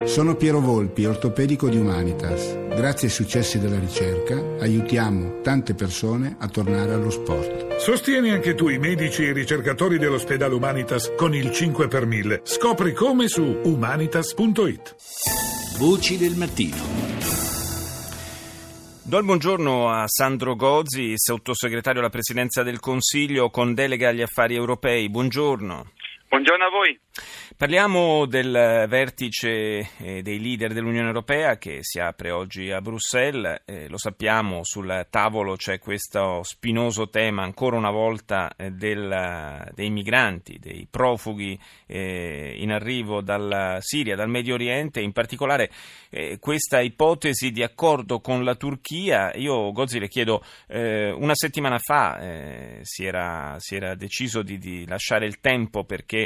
Sono Piero Volpi, ortopedico di Humanitas. Grazie ai successi della ricerca aiutiamo tante persone a tornare allo sport. Sostieni anche tu i medici e i ricercatori dell'ospedale Humanitas con il 5 per 1000. Scopri come su humanitas.it. Voci del mattino. Do il buongiorno a Sandro Gozzi, sottosegretario alla Presidenza del Consiglio con delega agli affari europei. Buongiorno. Buongiorno a voi. Parliamo del vertice dei leader dell'Unione Europea che si apre oggi a Bruxelles. Lo sappiamo, sul tavolo c'è questo spinoso tema ancora una volta dei migranti, dei profughi in arrivo dalla Siria, dal Medio Oriente, in particolare questa ipotesi di accordo con la Turchia. Io, Gozzi, le chiedo, una settimana fa si era deciso di lasciare il tempo perché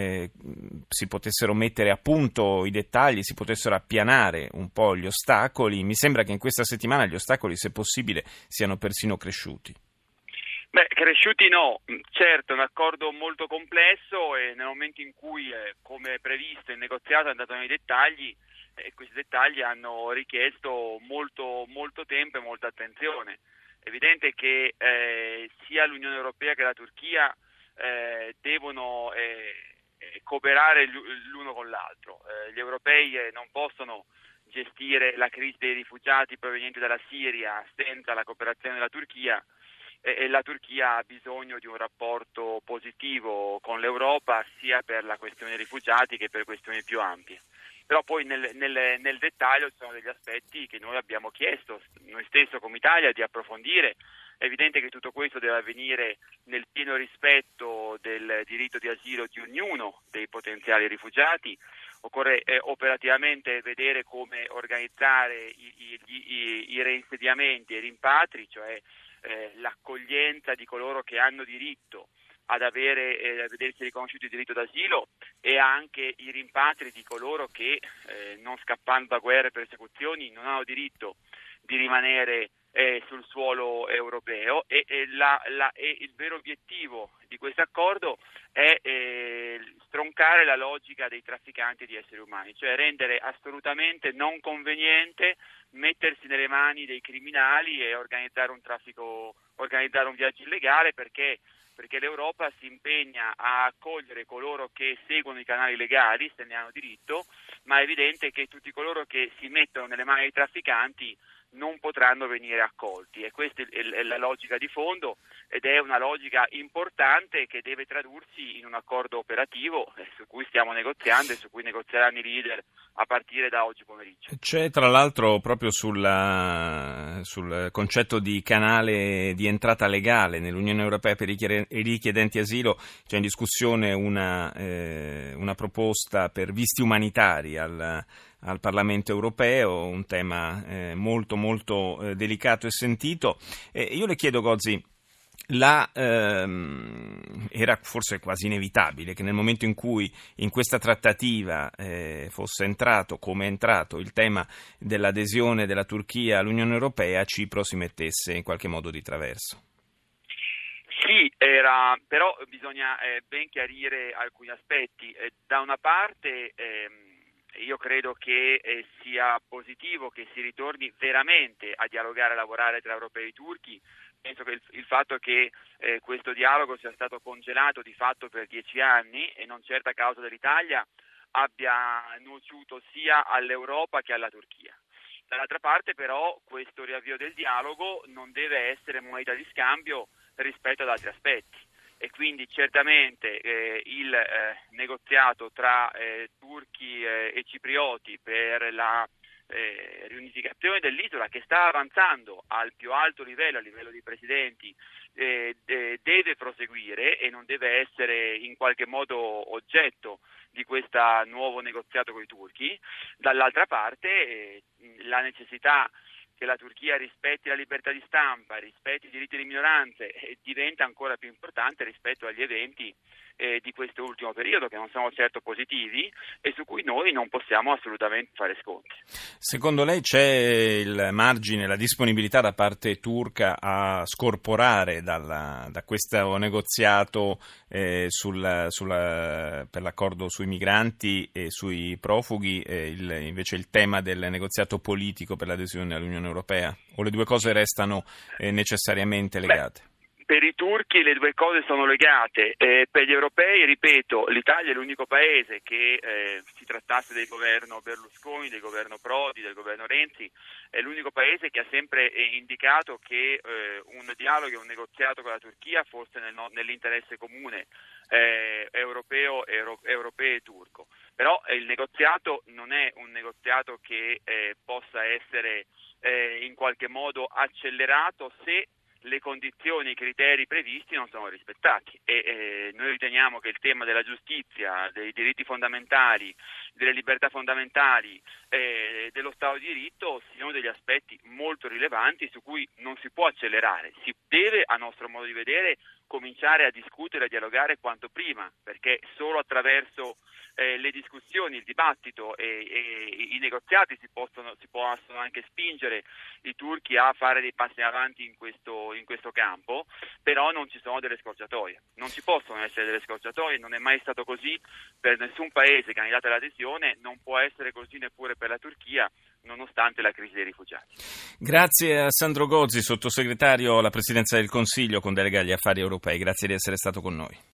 si potessero mettere a punto i dettagli, si potessero appianare un po' gli ostacoli. Mi sembra che in questa settimana gli ostacoli, se possibile, siano persino cresciuti. Cresciuti no, certo è un accordo molto complesso e nel momento in cui, come previsto, il negoziato è andato nei dettagli, questi dettagli hanno richiesto molto tempo e molta attenzione. È evidente che sia l'Unione Europea che la Turchia devono cooperare l'uno con l'altro. Gli europei non possono gestire la crisi dei rifugiati provenienti dalla Siria senza la cooperazione della Turchia e la Turchia ha bisogno di un rapporto positivo con l'Europa sia per la questione dei rifugiati che per questioni più ampie. Però poi nel dettaglio ci sono degli aspetti che noi abbiamo chiesto, noi stesso come Italia, di approfondire. È evidente che tutto questo deve avvenire nel pieno rispetto del diritto di asilo di ognuno dei potenziali rifugiati. Occorre operativamente vedere come organizzare i reinsediamenti e i rimpatri, cioè l'accoglienza di coloro che hanno diritto ad vedersi riconosciuto il diritto d'asilo e anche i rimpatri di coloro che, non scappando da guerre e persecuzioni, non hanno diritto di rimanere sul suolo europeo e il vero obiettivo di questo accordo è stroncare la logica dei trafficanti di esseri umani, cioè rendere assolutamente non conveniente mettersi nelle mani dei criminali e organizzare un viaggio illegale perché l'Europa si impegna a accogliere coloro che seguono i canali legali, se ne hanno diritto, ma è evidente che tutti coloro che si mettono nelle mani dei trafficanti non potranno venire accolti e questa è la logica di fondo ed è una logica importante che deve tradursi in un accordo operativo su cui stiamo negoziando e su cui negozieranno i leader a partire da oggi pomeriggio. C'è tra l'altro proprio sul concetto di canale di entrata legale nell'Unione Europea per i richiedenti asilo, c'è in discussione una proposta per visti umanitari al Parlamento europeo, un tema molto delicato e sentito. Io le chiedo, Gozzi, era forse quasi inevitabile che nel momento in cui in questa trattativa fosse entrato, come è entrato, il tema dell'adesione della Turchia all'Unione Europea, Cipro si mettesse in qualche modo di traverso. Sì, però bisogna ben chiarire alcuni aspetti. Da una parte io credo che sia positivo che si ritorni veramente a dialogare e a lavorare tra europei e turchi. Penso che il fatto che questo dialogo sia stato congelato di fatto per 10 anni e non certo a causa dell'Italia abbia nuociuto sia all'Europa che alla Turchia. Dall'altra parte però questo riavvio del dialogo non deve essere moneta di scambio rispetto ad altri aspetti. E quindi certamente il negoziato tra turchi e ciprioti per la riunificazione dell'isola, che sta avanzando al più alto livello, a livello di presidenti, deve proseguire e non deve essere in qualche modo oggetto di questo nuovo negoziato con i turchi. Dall'altra parte la necessità che la Turchia rispetti la libertà di stampa, rispetti i diritti delle minoranze, diventa ancora più importante rispetto agli eventi di questo ultimo periodo, che non sono certo positivi e su cui noi non possiamo assolutamente fare sconti. Secondo lei c'è il margine, la disponibilità da parte turca a scorporare da questo negoziato per l'accordo sui migranti e sui profughi invece il tema del negoziato politico per l'adesione all'Unione Europea? O le due cose restano necessariamente legate? Per i turchi le due cose sono legate, per gli europei, ripeto, l'Italia è l'unico paese che si trattasse del governo Berlusconi, del governo Prodi, del governo Renzi, è l'unico paese che ha sempre indicato che un dialogo e un negoziato con la Turchia fosse nell'interesse comune europeo e turco. Però il negoziato non è un negoziato che possa essere in qualche modo accelerato se le condizioni e i criteri previsti non sono rispettati e noi riteniamo che il tema della giustizia, dei diritti fondamentali, delle libertà fondamentali, dello Stato di diritto siano degli aspetti molto rilevanti su cui non si può accelerare. Si deve, a nostro modo di vedere, cominciare a discutere e a dialogare quanto prima, perché solo attraverso le discussioni, il dibattito e i negoziati si possono anche spingere i turchi a fare dei passi avanti in questo campo, però non ci sono delle scorciatoie, non ci possono essere delle scorciatoie, non è mai stato così per nessun paese candidato all'adesione, non può essere così neppure per la Turchia, nonostante la crisi dei rifugiati. Grazie a Sandro Gozzi, sottosegretario alla Presidenza del Consiglio con delega agli affari europei, grazie di essere stato con noi.